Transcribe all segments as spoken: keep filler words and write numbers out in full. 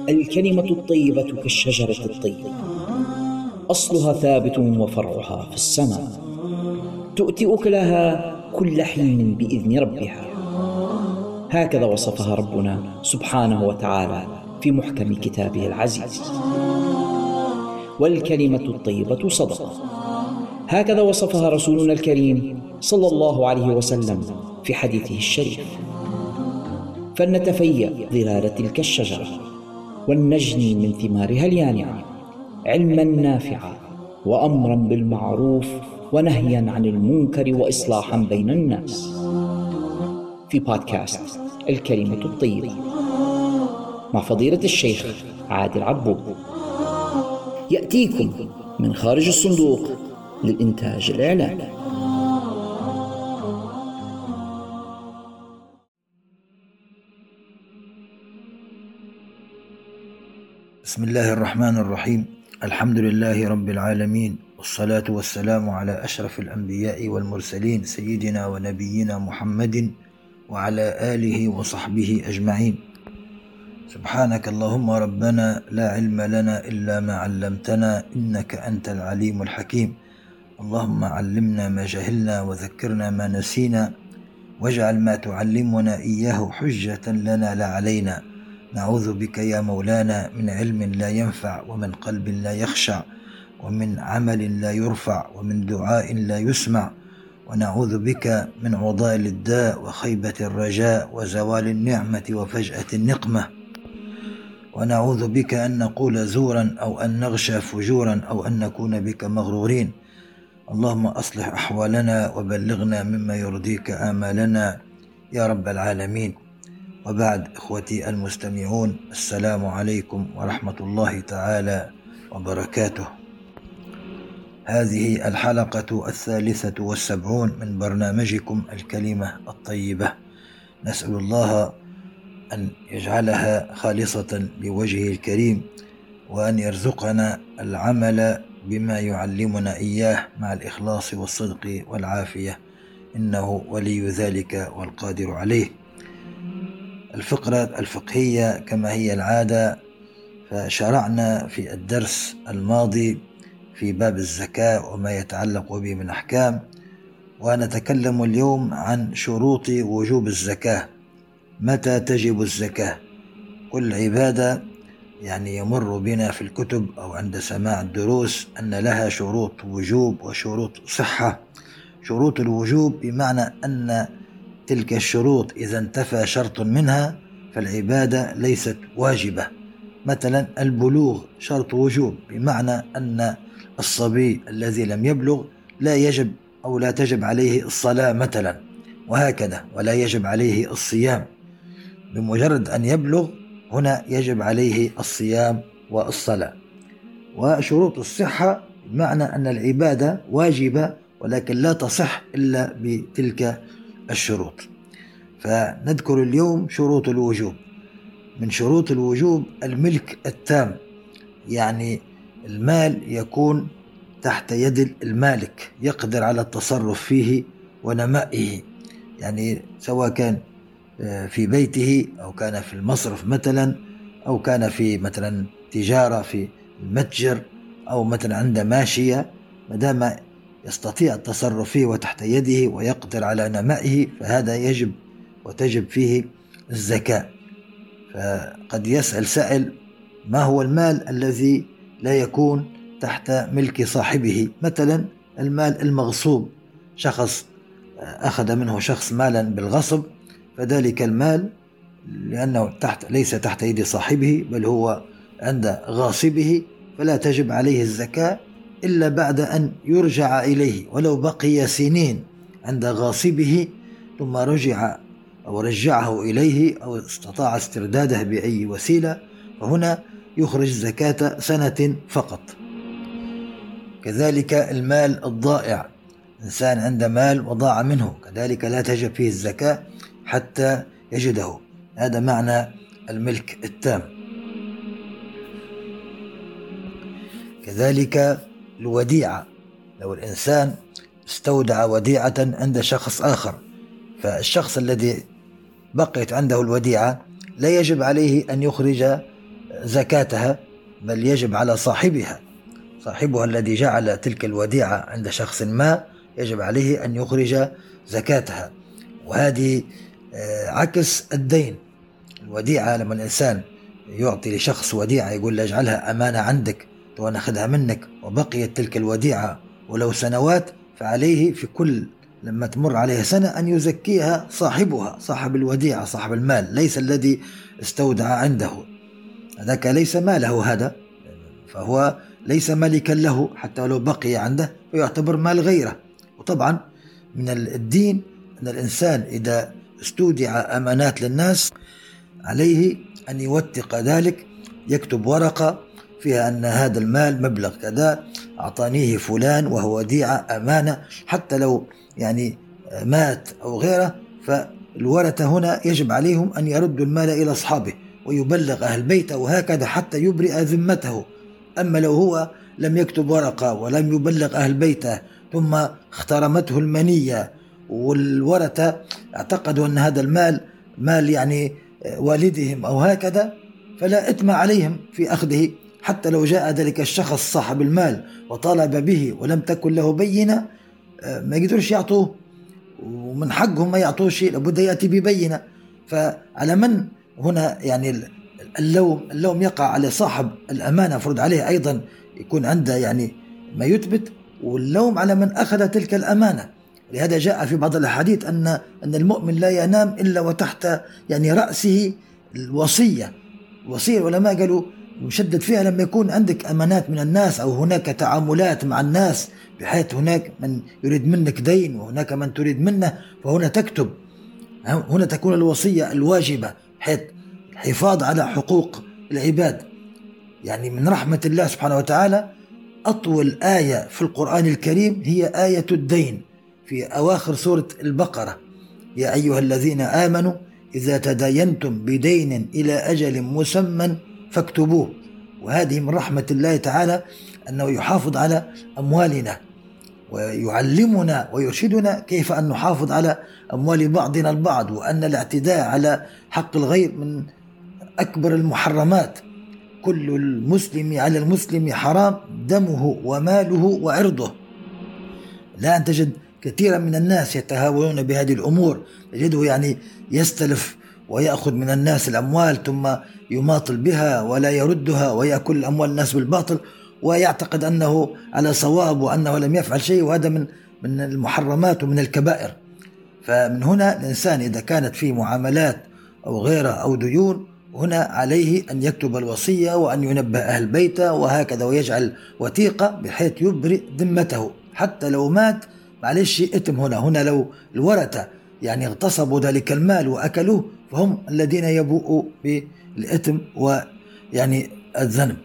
الكلمة الطيبة كالشجرة الطيبة، أصلها ثابت وفرعها في السماء، تؤتي أكلها كل حين بإذن ربها. هكذا وصفها ربنا سبحانه وتعالى في محكم كتابه العزيز. والكلمة الطيبة صدقة، هكذا وصفها رسولنا الكريم صلى الله عليه وسلم في حديثه الشريف. فلنتفيأ ظلال تلك الشجرة ولنجني من ثمارها اليانعة علما نافعا وأمرا بالمعروف ونهيا عن المنكر وإصلاحا بين الناس. في بودكاست الكلمة الطيبة مع فضيلة الشيخ عادل عبود، يأتيكم من خارج الصندوق للإنتاج الإعلامي. بسم الله الرحمن الرحيم. الحمد لله رب العالمين، والصلاة والسلام على أشرف الأنبياء والمرسلين سيدنا ونبينا محمد وعلى آله وصحبه أجمعين. سبحانك اللهم ربنا لا علم لنا إلا ما علمتنا إنك أنت العليم الحكيم. اللهم علمنا ما جهلنا وذكرنا ما نسينا، واجعل ما تعلمنا إياه حجة لنا لا علينا. نعوذ بك يا مولانا من علم لا ينفع، ومن قلب لا يخشع، ومن عمل لا يرفع، ومن دعاء لا يسمع. ونعوذ بك من عضال الداء وخيبة الرجاء وزوال النعمة وفجأة النقمة. ونعوذ بك أن نقول زورا أو أن نغشى فجورا أو أن نكون بك مغرورين. اللهم أصلح أحوالنا وبلغنا مما يرضيك آمالنا يا رب العالمين. وبعد، إخوتي المستمعون، السلام عليكم ورحمة الله تعالى وبركاته. هذه الحلقة الثالثة والسبعون من برنامجكم الكلمة الطيبة. نسأل الله أن يجعلها خالصة لوجهه الكريم، وأن يرزقنا العمل بما يعلمنا إياه مع الإخلاص والصدق والعافية، إنه ولي ذلك والقادر عليه. الفقرة الفقهية كما هي العادة، فشرعنا في الدرس الماضي في باب الزكاة وما يتعلق به من أحكام، ونتكلم اليوم عن شروط وجوب الزكاة. متى تجب الزكاة؟ كل عبادة يعني يمر بنا في الكتب أو عند سماع الدروس أن لها شروط وجوب وشروط صحة. شروط الوجوب بمعنى أن تلك الشروط إذا انتفى شرط منها فالعبادة ليست واجبة. مثلا البلوغ شرط وجوب، بمعنى أن الصبي الذي لم يبلغ لا يجب أو لا تجب عليه الصلاة مثلا، وهكذا، ولا يجب عليه الصيام. بمجرد أن يبلغ هنا يجب عليه الصيام والصلاة. وشروط الصحة بمعنى أن العبادة واجبة ولكن لا تصح إلا بتلك الشروط. فنذكر اليوم شروط الوجوب. من شروط الوجوب الملك التام، يعني المال يكون تحت يد المالك، يقدر على التصرف فيه ونمائه، يعني سواء كان في بيته أو كان في المصرف مثلا، أو كان في مثلا تجارة في المتجر، أو مثلا عند ماشية، مدام يستطيع التصرف فيه وتحت يده ويقدر على نمائه فهذا يجب وتجب فيه الزكاة. فقد يسأل سائل: ما هو المال الذي لا يكون تحت ملك صاحبه؟ مثلا المال المغصوب، شخص أخذ منه شخص مالا بالغصب، فذلك المال لأنه تحت ليس تحت يد صاحبه بل هو عند غاصبه، فلا تجب عليه الزكاة إلا بعد أن يرجع إليه، ولو بقي سنين عند غاصبه ثم رجع أو رجعه إليه أو استطاع استرداده بأي وسيلة، فهنا يخرج زكاة سنة فقط. كذلك المال الضائع، إنسان عند مال وضاع منه، كذلك لا تجب فيه الزكاة حتى يجده. هذا معنى الملك التام. كذلك الوديعة، لو الإنسان استودع وديعة عند شخص آخر، فالشخص الذي بقيت عنده الوديعة لا يجب عليه أن يخرج زكاتها، بل يجب على صاحبها صاحبها الذي جعل تلك الوديعة عند شخص ما يجب عليه أن يخرج زكاتها. وهذه عكس الدين. الوديعة لما الإنسان يعطي لشخص وديعة يقول له اجعلها أمانة عندك وأنا أخذها منك، وبقيت تلك الوديعة ولو سنوات، فعليه في كل لما تمر عليها سنة أن يزكيها صاحبها، صاحب الوديعة، صاحب المال، ليس الذي استودع عنده. هذاك ليس ماله هذا، فهو ليس مالكا له حتى لو بقي عنده، ويعتبر مال غيره. وطبعا من الدين أن الإنسان إذا استودع أمانات للناس عليه أن يوثق ذلك، يكتب ورقة فيها أن هذا المال مبلغ كذا أعطانيه فلان وهو وديعة أمانة، حتى لو يعني مات أو غيره، فالورثة هنا يجب عليهم أن يردوا المال إلى أصحابه ويبلغ أهل بيته، وهكذا حتى يبرئ ذمته. أما لو هو لم يكتب ورقة ولم يبلغ أهل بيته ثم اخترمته المنية والورثة اعتقدوا أن هذا المال مال يعني والدهم أو هكذا، فلا إثم عليهم في أخذه، حتى لو جاء ذلك الشخص صاحب المال وطالب به ولم تكن له بينة ما يقدرش يعطوه، ومن حقهم ما يعطوه شيء، لابد يأتي ببينة. فعلى من هنا يعني اللوم اللوم يقع على صاحب الأمانة، فرض عليه أيضا يكون عنده يعني ما يثبت، واللوم على من أخذ تلك الأمانة. لهذا جاء في بعض الحديث أن أن المؤمن لا ينام إلا وتحت يعني رأسه الوصية. الوصية العلماء قالوا مشدد فيها لما يكون عندك أمانات من الناس أو هناك تعاملات مع الناس، بحيث هناك من يريد منك دين وهناك من تريد منه، فهنا تكتب، هنا تكون الوصية الواجبة، حيث الحفاظ على حقوق العباد. يعني من رحمة الله سبحانه وتعالى أطول آية في القرآن الكريم هي آية الدين في أواخر سورة البقرة: يا أيها الذين آمنوا إذا تداينتم بدين إلى أجل مسمى فاكتبوه. وهذه من رحمة الله تعالى أنه يحافظ على أموالنا ويعلمنا ويرشدنا كيف أن نحافظ على أموال بعضنا البعض، وأن الاعتداء على حق الغير من أكبر المحرمات. كل المسلم على المسلم حرام دمه وماله وعرضه. لا أن تجد كثيرا من الناس يتهاونون بهذه الأمور، تجده يعني يستلف ويأخذ من الناس الأموال ثم يماطل بها ولا يردها ويأكل أموال الناس بالباطل، ويعتقد أنه على صواب وأنه لم يفعل شيء، وهذا من من المحرمات ومن الكبائر. فمن هنا الإنسان إذا كانت فيه معاملات أو غيرها أو ديون، هنا عليه أن يكتب الوصية وأن ينبه أهل بيته وهكذا، ويجعل وثيقة بحيث يبرئ ذمته حتى لو مات. معلش إثم هنا هنا لو الورثة يعني اغتصبوا ذلك المال وأكلوه، فهم الذين يبوءوا بالإثم ويعني الذنب.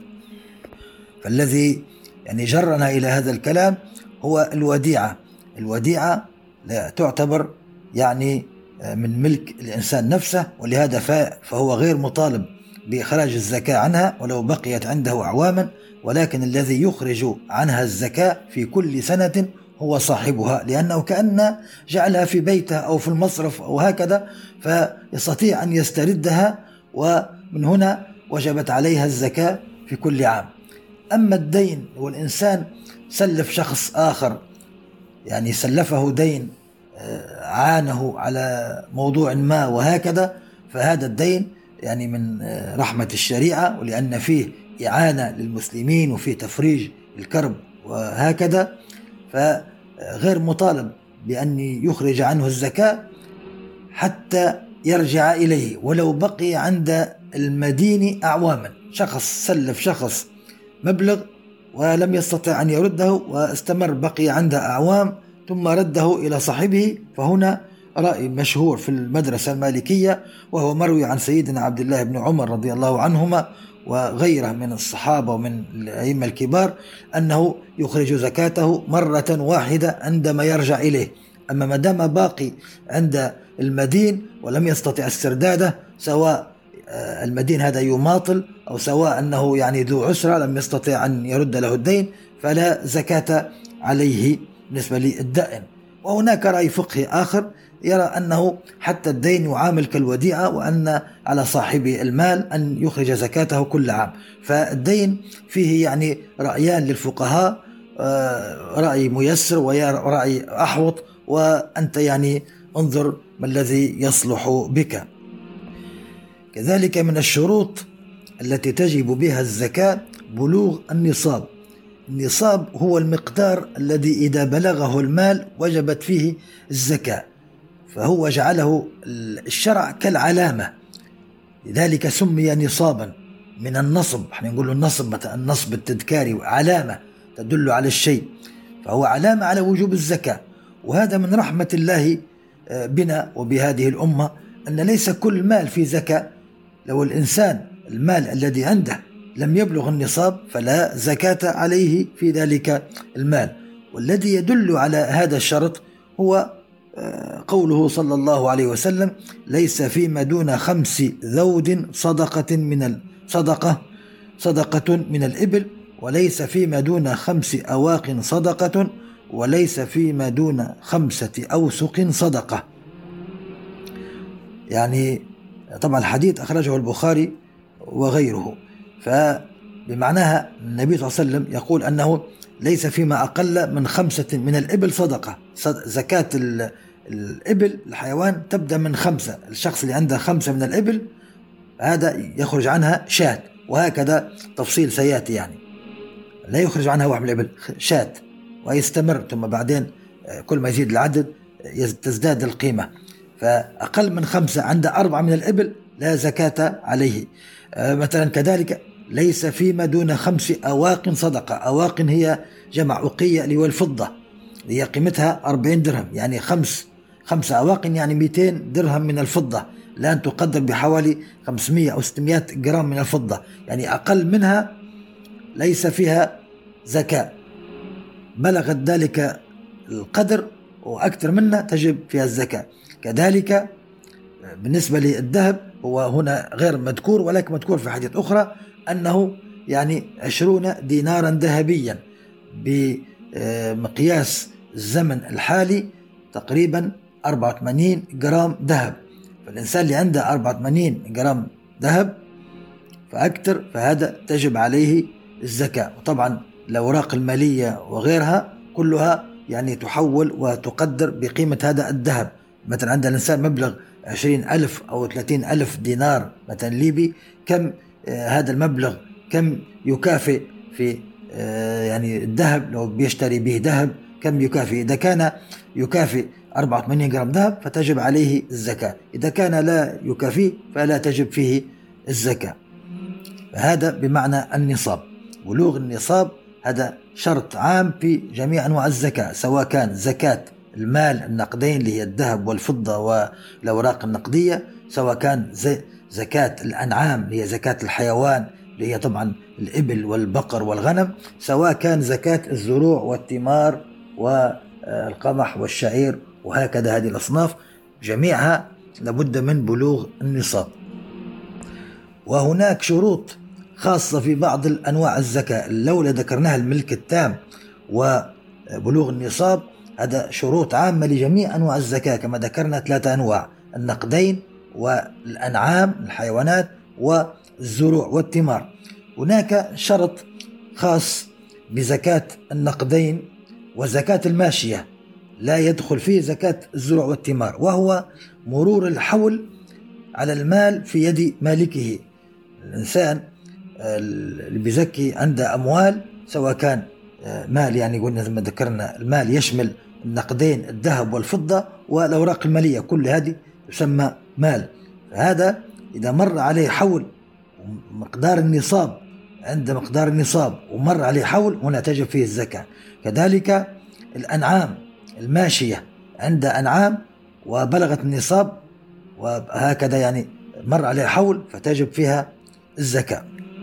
فالذي يعني جرنا إلى هذا الكلام هو الوديعة. الوديعة لا تعتبر يعني من ملك الإنسان نفسه، ولهذا فهو غير مطالب بإخراج الزكاة عنها ولو بقيت عنده أعواما، ولكن الذي يخرج عنها الزكاة في كل سنة هو صاحبها، لأنه كأن جعلها في بيته أو في المصرف أو هكذا، فيستطيع أن يستردها، ومن هنا وجبت عليها الزكاة في كل عام. أما الدين والإنسان سلف شخص آخر، يعني سلفه دين عانه على موضوع ما وهكذا، فهذا الدين يعني من رحمة الشريعة، ولأن فيه إعانة للمسلمين وفيه تفريج الكرب وهكذا، فغير مطالب بأن يخرج عنه الزكاة حتى يرجع إليه ولو بقي عند المدين أعواما. شخص سلف شخص مبلغ ولم يستطع أن يرده واستمر بقي عنده أعوام ثم رده إلى صاحبه، فهنا رأي مشهور في المدرسة المالكية، وهو مروي عن سيدنا عبد الله بن عمر رضي الله عنهما وغيره من الصحابة ومن الأئمة الكبار، أنه يخرج زكاته مرة واحدة عندما يرجع إليه. أما ما دام باقي عند المدين ولم يستطع استرداده، سواء المدين هذا يماطل أو سواء أنه يعني ذو عسرة لم يستطع أن يرد له الدين، فلا زكاة عليه بالنسبة للدائن. وهناك رأي فقهي آخر يرى أنه حتى الدين يعامل كالوديعة، وأن على صاحب المال أن يخرج زكاته كل عام. فالدين فيه يعني رأيان للفقهاء، رأي ميسر ورأي أحوط، وأنت يعني انظر ما الذي يصلح بك. كذلك من الشروط التي تجب بها الزكاة بلوغ النصاب. النصاب هو المقدار الذي إذا بلغه المال وجبت فيه الزكاة، فهو جعله الشرع كالعلامة، لذلك سمي نصابا من النصب. احنا نقول النصب مثلا النصب التذكاري، علامة تدل على الشيء، فهو علامة على وجوب الزكاة. وهذا من رحمة الله بنا وبهذه الأمة أن ليس كل مال في زكاة. لو الإنسان المال الذي عنده لم يبلغ النصاب فلا زكاة عليه في ذلك المال. والذي يدل على هذا الشرط هو قوله صلى الله عليه وسلم: ليس فيما دون خمس ذود صدقة من الصدقة صدقة من الإبل، وليس فيما دون خمس أواق صدقة، وليس فيما دون خمسة أوسق صدقة. يعني طبعا الحديث أخرجه البخاري وغيره، فبمعناها النبي صلى الله عليه وسلم يقول أنه ليس فيما أقل من خمسة من الإبل صدقة. زكاة الإبل الحيوان تبدأ من خمسة، الشخص اللي عنده خمسة من الإبل هذا يخرج عنها شاة، وهكذا تفصيل سيأتي، يعني لا يخرج عنها واحد من الإبل، شاة، ويستمر، ثم بعدين كل ما يزيد العدد تزداد القيمة. فأقل من خمسة عند أربعة من الإبل لا زكاة عليه. مثلا كذلك ليس فيما دون خمس أواق صدقة. أواق هي جمع أوقية اللي هو الفضة، هي قيمتها أربعين درهم، يعني خمس خمس أواق يعني مئتين درهم من الفضة، الآن تقدر بحوالي خمسمئة أو ستمئة جرام من الفضة، يعني أقل منها ليس فيها زكاة. بلغت ذلك القدر وأكثر منها تجب فيها الزكاة. كذلك بالنسبة للذهب هو هنا غير مذكور، ولكن مذكور في حديث أخرى أنه يعني عشرون دينارا ذهبيا بمقياس الزمن الحالي تقريبا أربعة وثمانين جرام ذهب. فالإنسان اللي عنده أربعة وثمانين جرام ذهب فأكثر فهذا تجب عليه الزكاة. وطبعا الأوراق المالية وغيرها كلها يعني تحول وتقدر بقيمة هذا الذهب. مثلا عند الإنسان مبلغ عشرين ألف أو ثلاثين ألف دينار مثلا ليبي، كم آه هذا المبلغ كم يكافئ في آه يعني الذهب؟ لو بيشتري به ذهب كم يكافئ؟ إذا كان يكافئ أربعة وثمانين جرام ذهب فتجب عليه الزكاة، إذا كان لا يكافئ فلا تجب فيه الزكاة. هذا بمعنى النصاب. بلوغ النصاب هذا شرط عام في جميع أنواع الزكاة، سواء كان زكاة المال النقدين اللي هي الذهب والفضة والأوراق النقدية، سواء كان زكاة الأنعام اللي هي زكاة الحيوان اللي هي طبعا الإبل والبقر والغنم، سواء كان زكاة الزروع والثمار والقمح والشعير، وهكذا هذه الأصناف جميعها لابد من بلوغ النصاب. وهناك شروط خاصة في بعض الأنواع الزكاة، لولا ذكرناها الملك التام وبلوغ النصاب، هذا شروط عامة لجميع أنواع الزكاة كما ذكرنا ثلاثة أنواع: النقدين والأنعام الحيوانات والزروع والثمار. هناك شرط خاص بزكاة النقدين وزكاة الماشية لا يدخل فيه زكاة الزروع والثمار، وهو مرور الحول على المال في يد مالكه. الإنسان اللي بيزكي عنده أموال، سواء كان مال يعني قلنا زي ما ذكرنا المال يشمل النقدين الذهب والفضة والأوراق المالية، كل هذه يسمى مال. هذا إذا مر عليه حول مقدار النصاب، عند مقدار النصاب ومر عليه حول، هنا تجب فيه الزكاة. كذلك الأنعام الماشية، عند أنعام وبلغت النصاب وهكذا يعني مر عليه حول فتجب فيها الزكاة.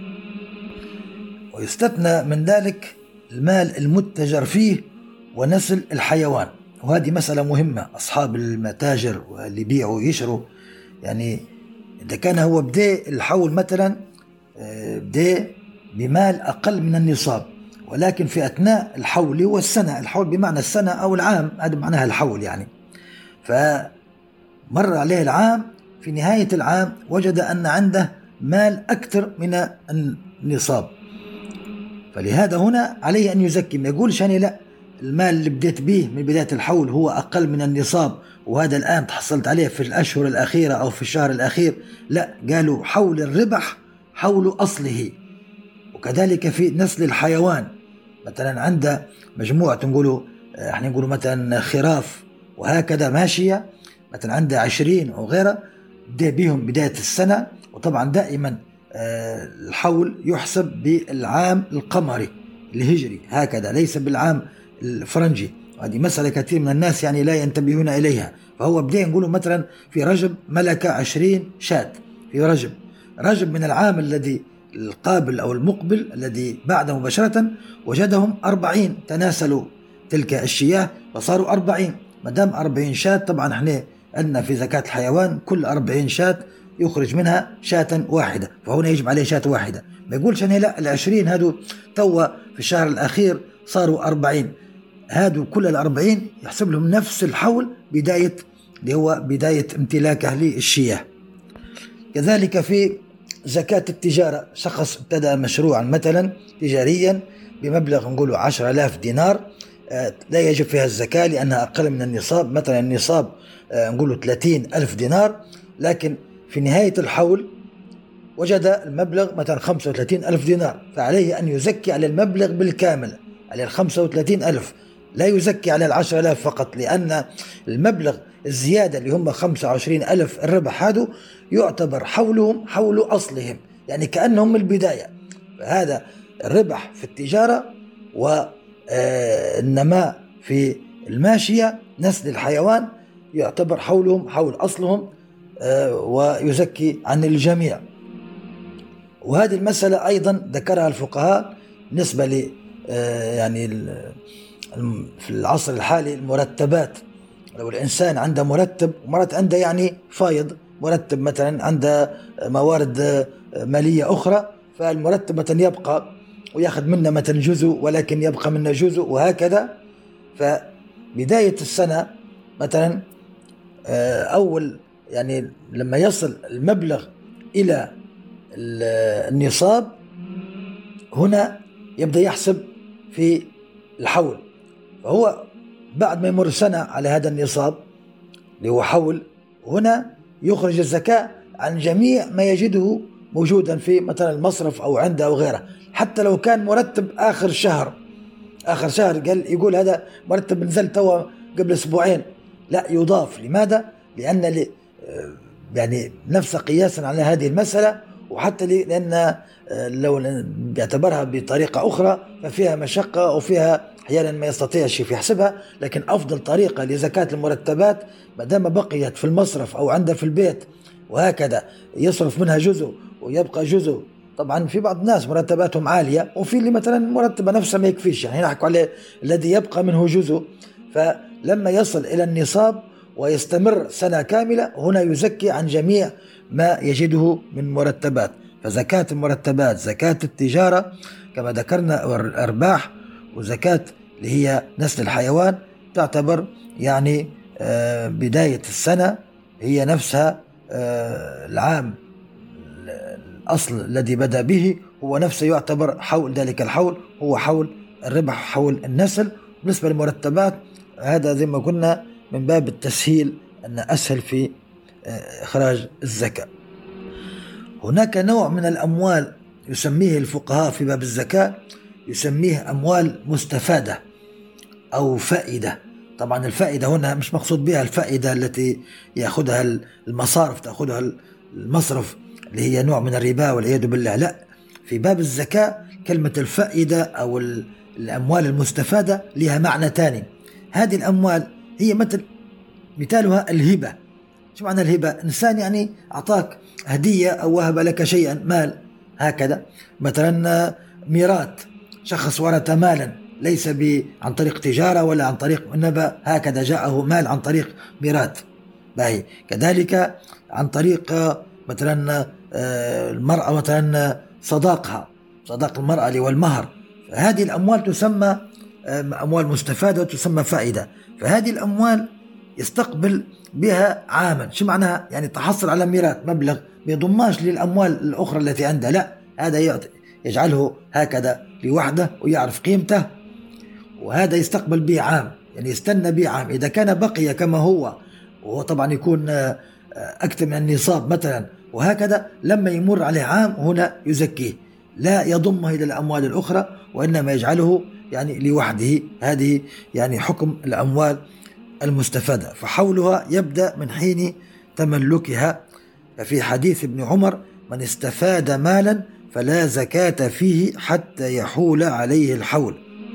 ويستثنى من ذلك المال المتجر فيه ونسل الحيوان، وهذه مسألة مهمة. أصحاب المتاجر واللي بيعوا ويشروا، يعني إذا كان هو بدأ الحول مثلا بدأ بمال أقل من النصاب، ولكن في أثناء الحول والسنة، الحول بمعنى السنة أو العام، هذا معناها الحول يعني، مر عليه العام، في نهاية العام وجد أن عنده مال أكثر من النصاب، فلهذا هنا عليه أن يزكي. ما يقولش أنا لا، المال اللي بديت به من بداية الحول هو أقل من النصاب وهذا الآن تحصلت عليه في الأشهر الأخيرة أو في الشهر الأخير، لا، قالوا حول الربح حول أصله. وكذلك في نسل الحيوان، مثلا عنده مجموعة نقولوا احنا نقولوا مثلا خراف وهكذا ماشية، مثلا عنده عشرين أو غيره، بدأ بهم بداية السنة. وطبعا دائما الحول يحسب بالعام القمري الهجري هكذا، ليس بالعام الفرنجي. هذه مسألة كثير من الناس يعني لا ينتبهون إليها. فهو بدأ نقوله مثلا في رجب ملك عشرين شاة في رجب، رجب من العام الذي القابل أو المقبل الذي بعده مباشرة وجدهم أربعين، تناسلوا تلك الشياه وصاروا أربعين. مدام أربعين شاة، طبعا احنا عندنا في زكاة الحيوان كل أربعين شاة يخرج منها شاة واحدة، فهنا يجب عليه شاة واحدة. ما يقولش أنا لا، العشرين هادو توا في الشهر الأخير صاروا أربعين، هادو كل الأربعين يحسب لهم نفس الحول بداية اللي هو بداية امتلاكه للشياه. كذلك في زكاة التجارة، شخص ابتدأ مشروعا مثلا تجاريا بمبلغ نقوله عشر آلاف دينار، لا يجب فيها الزكاة لأنها أقل من النصاب. مثلا النصاب نقوله ثلاثين ألف دينار، لكن في نهاية الحول وجد المبلغ مثلا خمسة وثلاثين ألف دينار، فعليه أن يزكي على المبلغ بالكامل، على الخمسة وثلاثين ألف، لا يزكي على العشر آلاف فقط، لأن المبلغ الزيادة اللي هم خمسة وعشرين ألف الربح هذا يعتبر حولهم حول أصلهم، يعني كأنهم البداية. فهذا الربح في التجارة والنماء في الماشية نسل الحيوان يعتبر حولهم حول أصلهم ويزكي عن الجميع. وهذه المسألة أيضا ذكرها الفقهاء بالنسبة ل يعني في العصر الحالي المرتبات. لو الإنسان عنده مرتب ومرات عنده يعني فايض مرتب، مثلا عنده موارد مالية أخرى، فالمرتب مثلا يبقى ويأخذ منه مثلا جزء ولكن يبقى منه جزء وهكذا. فبداية السنة مثلا أول يعني لما يصل المبلغ إلى النصاب هنا يبدأ يحسب في الحول، فهو بعد ما يمر سنة على هذا النصاب اللي هو حول، هنا يخرج الزكاة عن جميع ما يجده موجودا في مثلا المصرف أو عنده أو غيره، حتى لو كان مرتب آخر شهر آخر شهر قال يقول هذا مرتب نزل توا قبل أسبوعين، لا يضاف. لماذا؟ لأن لي يعني نفس قياسا على هذه المسألة، وحتى لأن لو بيعتبرها بطريقة أخرى ففيها مشقة وفيها أحيانا ما يستطيعش يحسبها. لكن أفضل طريقة لزكاة المرتبات ما دام بقيت في المصرف أو عنده في البيت وهكذا يصرف منها جزء ويبقى جزء. طبعا في بعض الناس مرتباتهم عالية وفي اللي مثلا مرتبة نفسها ما يكفيش، يعني نحكي عليه الذي يبقى منه جزء. فلما يصل إلى النصاب ويستمر سنة كاملة هنا يزكي عن جميع ما يجده من مرتبات. فزكاة المرتبات، زكاة التجارة كما ذكرنا والأرباح، وزكاة اللي هي نسل الحيوان تعتبر يعني بداية السنة هي نفسها العام الأصل الذي بدأ به هو نفسه يعتبر حول ذلك الحول هو حول الربح حول النسل. بالنسبة للمرتبات هذا زي ما قلنا من باب التسهيل أن أسهل في إخراج الزكاة. هناك نوع من الأموال يسميه الفقهاء في باب الزكاة يسميه أموال مستفادة أو فائدة. طبعا الفائدة هنا مش مقصود بها الفائدة التي يأخذها المصارف تأخذها المصرف اللي هي نوع من الربا والعياذ بالله، لا. في باب الزكاة كلمة الفائدة أو الأموال المستفادة لها معنى تاني. هذه الأموال هي مثل مثالها الهبة. شو معنى الهبة؟ إنسان يعني أعطاك هدية أو وهب لك شيئا مال هكذا، مثلا ميراث، شخص ورث مالا ليس عن طريق تجارة ولا عن طريق نبأ، هكذا جاءه مال عن طريق ميراث. باهي كذلك عن طريق مثلا المرأة مثلا صداقها، صداق المرأة اللي هو المهر. هذه الأموال تسمى أموال مستفادة وتسمى فائدة. فهذه الأموال يستقبل بها عاما. شو معناها؟ يعني تحصل على ميراث مبلغ ما يضماش للأموال الأخرى التي عنده، لا، هذا يجعله هكذا لوحده ويعرف قيمته، وهذا يستقبل به عام، يعني يستنى به عام. إذا كان بقي كما هو، وهو طبعا يكون أكثر من النصاب مثلا، وهكذا لما يمر عليه عام هنا يزكيه، لا يضمه إلى الأموال الأخرى، وإنما يجعله يعني لوحده. هذه يعني حكم الأموال المستفادة، فحولها يبدأ من حين تملكها. ففي حديث ابن عمر: من استفاد مالا فلا زكاة فيه حتى يحول عليه الحول.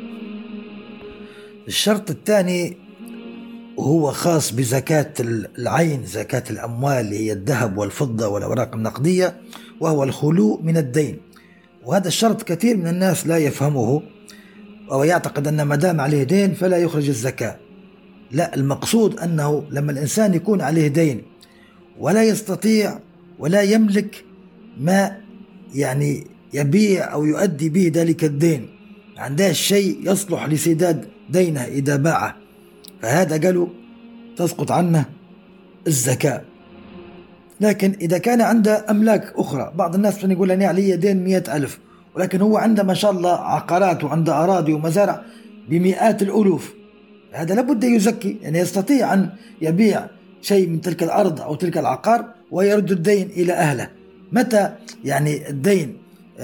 الشرط الثاني وهو خاص بزكاة العين، زكاة الأموال اللي هي الذهب والفضة والأوراق النقدية، وهو الخلو من الدين. وهذا الشرط كثير من الناس لا يفهمه، ويعتقد أن ما دام عليه دين فلا يخرج الزكاة. لا، المقصود أنه لما الإنسان يكون عليه دين ولا يستطيع ولا يملك ما يعني يبيع أو يؤدي به ذلك الدين، ما عندهش شيء يصلح لسداد دينه إذا باعه، فهذا قالوا تسقط عنه الزكاة. لكن إذا كان عنده أملاك أخرى، بعض الناس يقول أنا علي دين مئة ألف، ولكن هو عنده ما شاء الله عقارات وعنده أراضي ومزارع بمئات الألوف، هذا لابد يزكي، يعني يستطيع أن يبيع شيء من تلك الأرض أو تلك العقار ويرد الدين إلى أهله. متى يعني الدين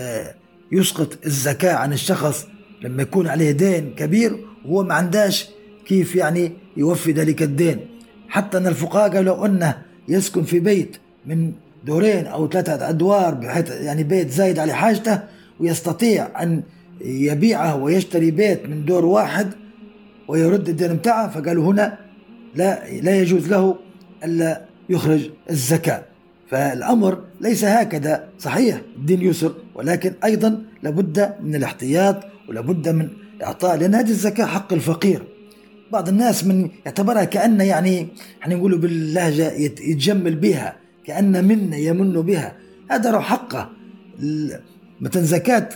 يسقط الزكاة عن الشخص؟ لما يكون عليه دين كبير وهو ما عندهش كيف يعني يوفي ذلك الدين. حتى أن الفقهاء قالوا لو أنه يسكن في بيت من دورين أو ثلاثة أدوار، بحيث يعني بيت زايد على حاجته، ويستطيع أن يبيعه ويشتري بيت من دور واحد ويرد الدين متاعه، فقالوا هنا لا لا يجوز له ألا يخرج الزكاة. فالأمر ليس هكذا، صحيح الدين يسر، ولكن أيضا لابد من الاحتياط ولابد من إعطاء، لأن هذه الزكاة حق الفقير. بعض الناس من يعتبرها كأن يعني احنا نقولوا باللهجة يتجمل بها، كأن من يمن بها، هذا رو حقه. مثلا زكاة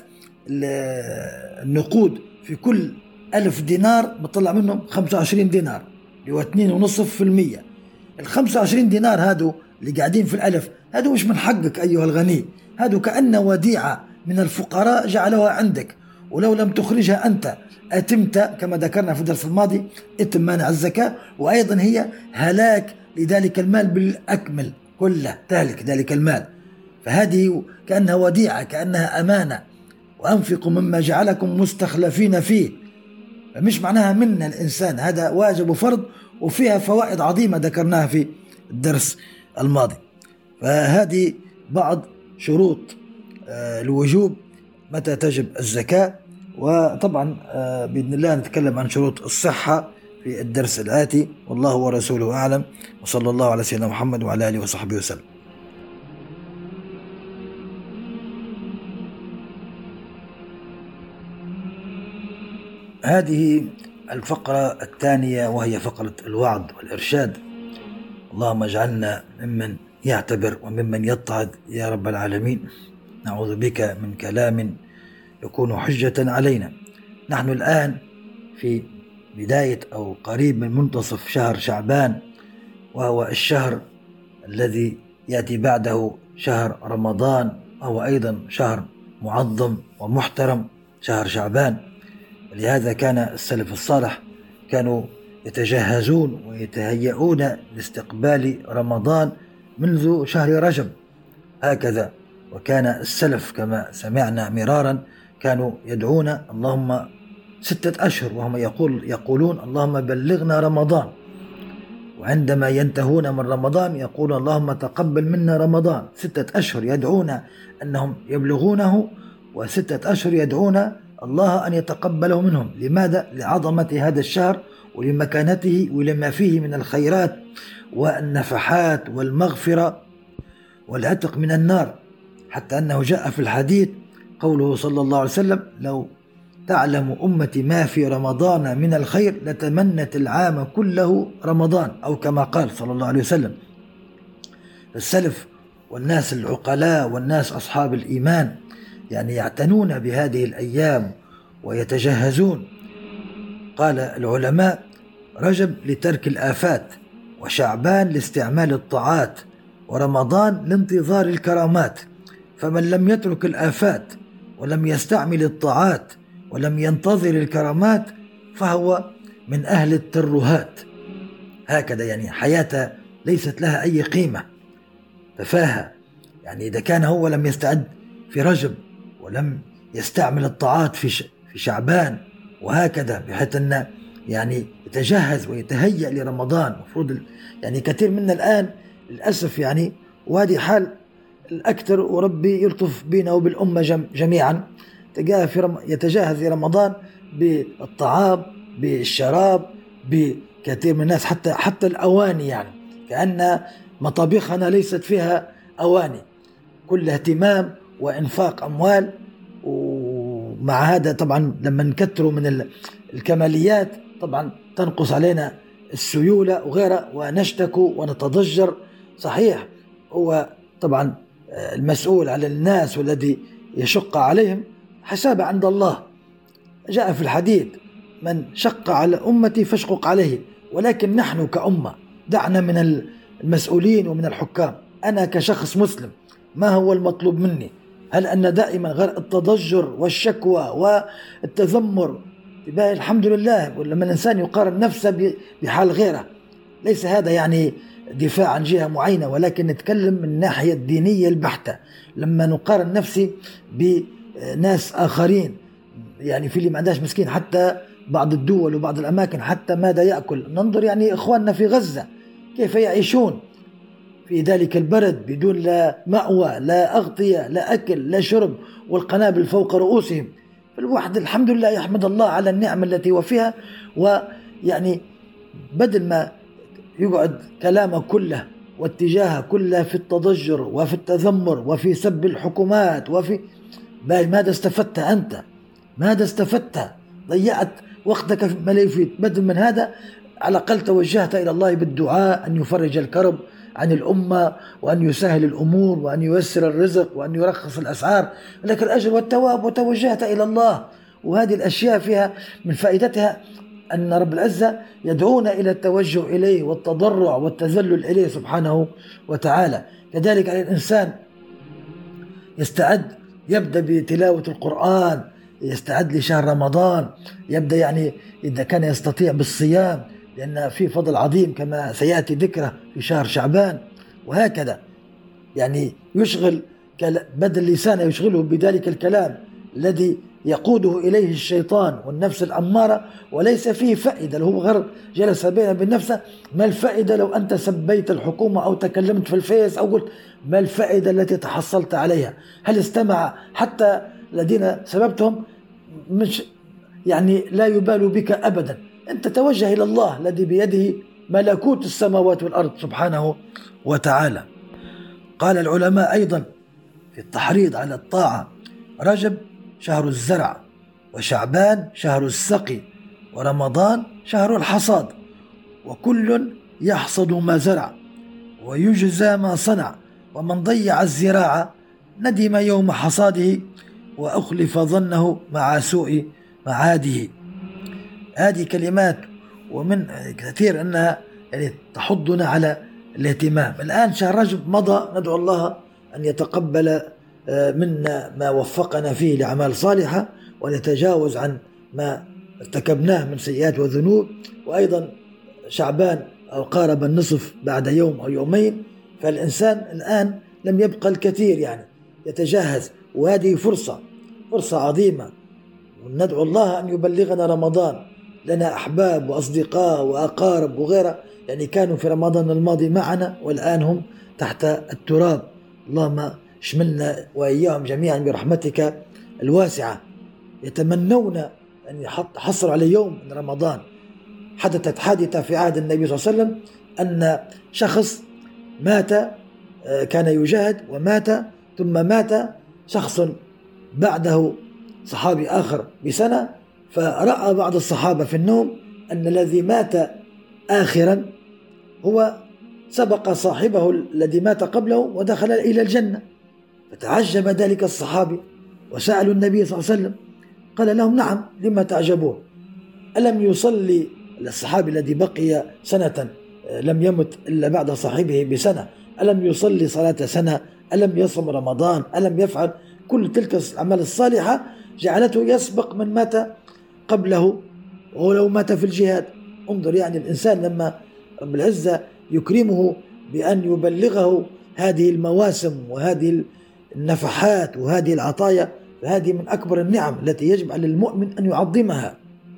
النقود في كل ألف دينار بطلع منهم خمسة وعشرين دينار اللي هو اثنين ونصف في المية. الخمسة وعشرين دينار هادو اللي قاعدين في الألف، هادو مش من حقك أيها الغني، هادو كأن وديعة من الفقراء جعلوها عندك، ولو لم تخرجها أنت أتمت كما ذكرنا في الدرس الماضي إتم مانع الزكاة، وأيضا هي هلاك لذلك المال بالأكمل كله، تهلك ذلك المال. فهذه كأنها وديعة، كأنها أمانة. وأنفقوا مما جعلكم مستخلفين فيه، فمش معناها من الإنسان، هذا واجب وفرض، وفيها فوائد عظيمة ذكرناها في الدرس الماضي. فهذه بعض شروط الوجوب متى تجب الزكاة. وطبعا بإذن الله نتكلم عن شروط الصحة في الدرس الآتي، والله ورسوله أعلم، وصلى الله على سيدنا محمد وعلى آله وصحبه وسلم. هذه الفقرة الثانية وهي فقرة الوعظ والإرشاد. اللهم اجعلنا ممن يعتبر وممن يتعظ يا رب العالمين. نعوذ بك من كلام يكون حجة علينا. نحن الآن في بداية أو قريب من منتصف شهر شعبان، وهو الشهر الذي يأتي بعده شهر رمضان، وهو أيضا شهر معظم ومحترم، شهر شعبان. ولهذا كان السلف الصالح كانوا يتجهزون ويتهيئون لاستقبال رمضان منذ شهر رجب هكذا. وكان السلف كما سمعنا مرارا كانوا يدعون اللهم ستة أشهر، وهم يقول يقولون اللهم بلغنا رمضان، وعندما ينتهون من رمضان يقولون اللهم تقبل منا رمضان. ستة أشهر يدعون أنهم يبلغونه، وستة أشهر يدعون الله أن يتقبله منهم. لماذا؟ لعظمة هذا الشهر ولمكانته ولما فيه من الخيرات والنفحات والمغفرة والعتق من النار، حتى أنه جاء في الحديث قوله صلى الله عليه وسلم لو تعلم أمتي ما في رمضان من الخير لتمنت العام كله رمضان، أو كما قال صلى الله عليه وسلم. السلف والناس العقلاء والناس أصحاب الإيمان يعني يعتنون بهذه الأيام ويتجهزون. قال العلماء رجب لترك الآفات، وشعبان لاستعمال الطاعات، ورمضان لانتظار الكرامات. فمن لم يترك الآفات ولم يستعمل الطاعات ولم ينتظر الكرامات فهو من أهل الترهات. هكذا يعني حياته ليست لها أي قيمة، تفاهة. يعني إذا كان هو لم يستعد في رجب ولم يستعمل الطاعات في في شعبان وهكذا، بحيث أنه يعني يتجهز ويتهيأ لرمضان. مفروض يعني كثير منا الآن للأسف يعني، وهذه حال الأكثر، وربي يلطف بنا وبالأمة جميعا، تجاه في رم... يتجهز لرمضان بالطعام، بالشراب، بكثير من الناس حتى حتى الأواني، يعني كأن مطابخنا ليست فيها أواني، كل اهتمام وإنفاق أموال. ومع هذا طبعا لما نكتروا من الكماليات طبعا تنقص علينا السيولة وغيرها، ونشتكوا ونتضجر. صحيح هو طبعا المسؤول على الناس والذي يشق عليهم حساب عند الله. جاء في الحديث: من شق على أمتي فاشقق عليه. ولكن نحن كأمة دعنا من المسؤولين ومن الحكام. أنا كشخص مسلم ما هو المطلوب مني؟ هل أن دائما غير التضجر والشكوى والتذمر؟ الحمد لله، ولما الإنسان يقارن نفسه بحال غيره، ليس هذا يعني دفاع عن جهة معينة، ولكن نتكلم من الناحية الدينية البحتة. لما نقارن نفسي بناس آخرين، يعني في اللي ما عندهاش مسكين، حتى بعض الدول وبعض الأماكن حتى ماذا يأكل. ننظر يعني إخواننا في غزة كيف يعيشون في ذلك البرد بدون لا مأوى، لا أغطية، لا أكل، لا شرب، والقنابل فوق رؤوسهم. فالواحد الحمد لله يحمد الله على النعمة التي هو فيها. ويعني بدل ما يقعد كلامه كله واتجاهه كله في التضجر وفي التذمر وفي سب الحكومات وفي باي، ماذا استفدت أنت؟ ماذا استفدت؟ ضيعت وقتك في ما لا يفيد. بدل من هذا على الأقل توجهت إلى الله بالدعاء أن يفرج الكرب عن الأمة، وأن يسهل الأمور، وأن ييسر الرزق، وأن يرخص الأسعار، لك الأجر والثواب، وتوجهت إلى الله. وهذه الأشياء فيها من فائدتها أن رب العزة يدعونا إلى التوجه إليه والتضرع والتذلل إليه سبحانه وتعالى. كذلك على الإنسان يستعد، يبدأ بتلاوة القرآن، يستعد لشهر رمضان، يبدأ يعني إذا كان يستطيع بالصيام، لأن في فضل عظيم كما سيأتي ذكره في شهر شعبان. وهكذا يعني يشغل بدل لسانه يشغله بذلك الكلام الذي يقوده إليه الشيطان والنفس الأمارة، وليس فيه فائدة. لو هو غير جلس بينه وبين نفسه، ما الفائدة لو أنت سبيت الحكومة أو تكلمت في الفيس أو قلت؟ ما الفائدة التي تحصلت عليها؟ هل استمع حتى الذين سببتهم؟ مش يعني لا يبالوا بك أبدا. أنت توجه إلى الله الذي بيده ملكوت السماوات والأرض سبحانه وتعالى. قال العلماء أيضا في التحريض على الطاعة: رجب شهر الزرع، وشعبان شهر السقي، ورمضان شهر الحصاد، وكل يحصد ما زرع ويجزى ما صنع، ومن ضيع الزراعة ندم يوم حصاده وأخلف ظنه مع سوء معاده. هذه كلمات ومن كثير أنها يعني تحضنا على الاهتمام. الآن شهر رجب مضى، ندعو الله أن يتقبل منا ما وفقنا فيه لأعمال صالحة، ونتجاوز عن ما ارتكبناه من سيئات وذنوب. وأيضا شعبان أو قارب النصف بعد يوم أو يومين، فالإنسان الآن لم يبقى الكثير يعني يتجهز، وهذه فرصة فرصة عظيمة. وندعو الله أن يبلغنا رمضان. لنا أحباب وأصدقاء وأقارب وغيره يعني كانوا في رمضان الماضي معنا والآن هم تحت التراب. اللهم اشملنا وإياهم جميعا برحمتك الواسعة. يتمنون أن يحصلوا على يوم من رمضان. حدثت حادثة في عهد النبي صلى الله عليه وسلم أن شخص مات، كان يجاهد ومات، ثم مات شخص بعده صحابي آخر بسنة، فرأى بعض الصحابة في النوم أن الذي مات آخرا هو سبق صاحبه الذي مات قبله ودخل إلى الجنة. فتعجب ذلك الصحابي وسألوا النبي صلى الله عليه وسلم، قال لهم: نعم، لما تعجبون؟ ألم يصلي الصحابي الذي بقي سنة لم يمت إلا بعد صاحبه بسنة، ألم يصلي صلاة سنة، ألم يصم رمضان، ألم يفعل كل تلك الأعمال الصالحة جعلته يسبق من مات قبله ولو مات في الجهاد. انظر يعني الإنسان لما رب العزة يكرمه بأن يبلغه هذه المواسم وهذه النفحات وهذه العطايا، فهذه من أكبر النعم التي يجب على المؤمن أن يعظمها.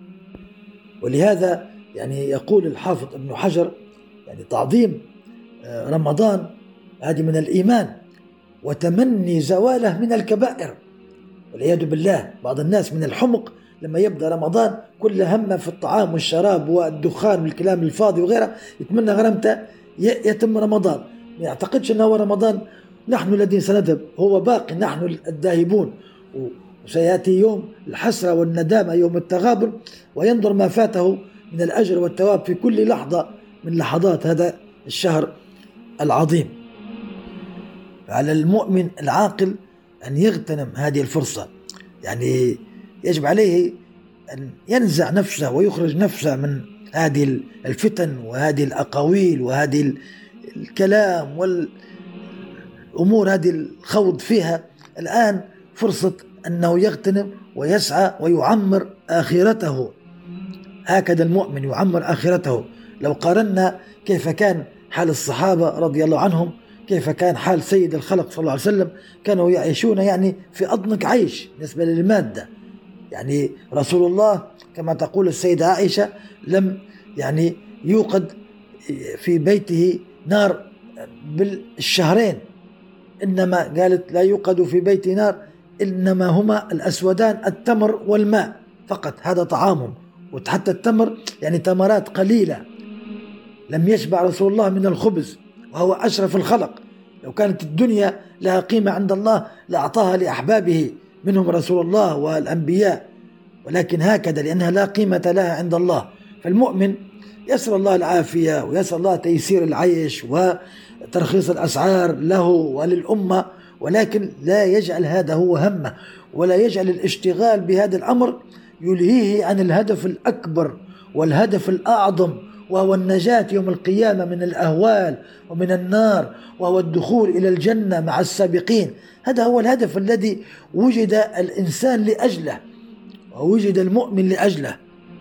ولهذا يعني يقول الحافظ ابن حجر يعني تعظيم رمضان هذه من الإيمان وتمني زواله من الكبائر والعياذ بالله. بعض الناس من الحمق لما يبدأ رمضان كل همه في الطعام والشراب والدخان والكلام الفاضي وغيره، يتمنى غرمته يتم رمضان، ما يعتقدش أنه هو رمضان نحن الذين سنذهب، هو باقي، نحن الذاهبون، وسيأتي يوم الحسرة والندامة، يوم التغابن، وينظر ما فاته من الأجر والثواب في كل لحظة من لحظات هذا الشهر العظيم. على المؤمن العاقل أن يغتنم هذه الفرصة، يعني يجب عليه أن ينزع نفسه ويخرج نفسه من هذه الفتن وهذه الأقاويل وهذه الكلام والأمور هذه الخوض فيها. الآن فرصة أنه يغتنم ويسعى ويعمر آخرته، هكذا المؤمن يعمر آخرته. لو قارنا كيف كان حال الصحابة رضي الله عنهم، كيف كان حال سيد الخلق صلى الله عليه وسلم، كانوا يعيشون يعني في أضنك عيش بالنسبة للمادة. يعني رسول الله كما تقول السيدة عائشة لم يعني يوقد في بيته نار بالشهرين، إنما قالت لا يوقد في بيت نار إنما هما الأسودان التمر والماء فقط، هذا طعامهم. وحتى التمر يعني تمرات قليلة، لم يشبع رسول الله من الخبز وهو أشرف الخلق. لو كانت الدنيا لها قيمة عند الله لأعطاها لأحبابه منهم رسول الله والأنبياء، ولكن هكذا لأنها لا قيمة لها عند الله. فالمؤمن يسأل الله العافية ويسأل الله تيسير العيش وترخيص الأسعار له وللأمة، ولكن لا يجعل هذا هو همه، ولا يجعل الاشتغال بهذا الأمر يلهيه عن الهدف الأكبر والهدف الأعظم، وهو النجاة يوم القيامة من الأهوال ومن النار، وهو الدخول إلى الجنة مع السابقين. هذا هو الهدف الذي وجد الإنسان لأجله ووجد المؤمن لأجله.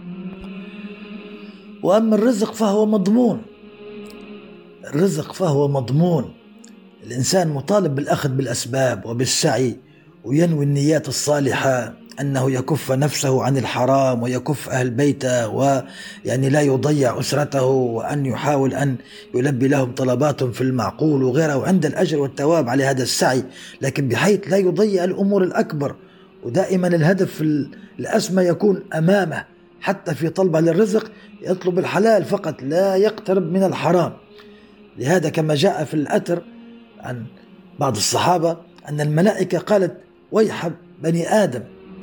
وأما الرزق فهو مضمون، الرزق فهو مضمون، الإنسان مطالب بالأخذ بالأسباب وبالسعي، وينوي النيات الصالحة أنه يكف نفسه عن الحرام ويكف أهل بيته، ويعني لا يضيع أسرته، وأن يحاول أن يلبي لهم طلباتهم في المعقول وغيره، وعند الأجر والثواب على هذا السعي، لكن بحيث لا يضيع الأمور الأكبر. ودائما الهدف الأسمى يكون أمامه، حتى في طلبه للرزق يطلب الحلال فقط، لا يقترب من الحرام. لهذا كما جاء في الأثر عن بعض الصحابة أن الملائكة قالت ويح بني آدم،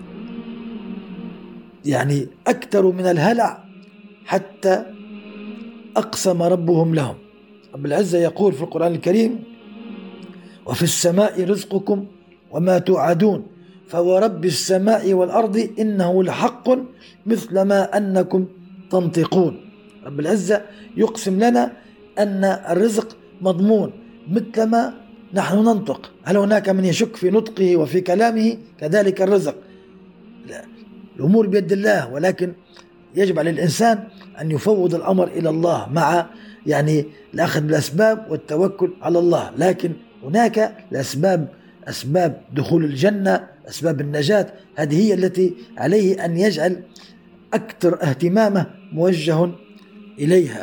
يعني أكثر من الهلع حتى أقسم ربهم لهم. رب العزة يقول في القرآن الكريم وفي السماء رزقكم وما توعدون فورب السماء والأرض إنه لحق مثل ما أنكم تنطقون. رب العزة يقسم لنا أن الرزق مضمون مثل ما نحن ننطق. هل هناك من يشك في نطقه وفي كلامه؟ كذلك الرزق، لا. الأمور بيد الله، ولكن يجب على الإنسان أن يفوض الأمر إلى الله مع يعني الأخذ بالأسباب والتوكل على الله. لكن هناك الأسباب، أسباب دخول الجنة، أسباب النجاة، هذه هي التي عليه أن يجعل أكثر اهتمامه موجه إليها.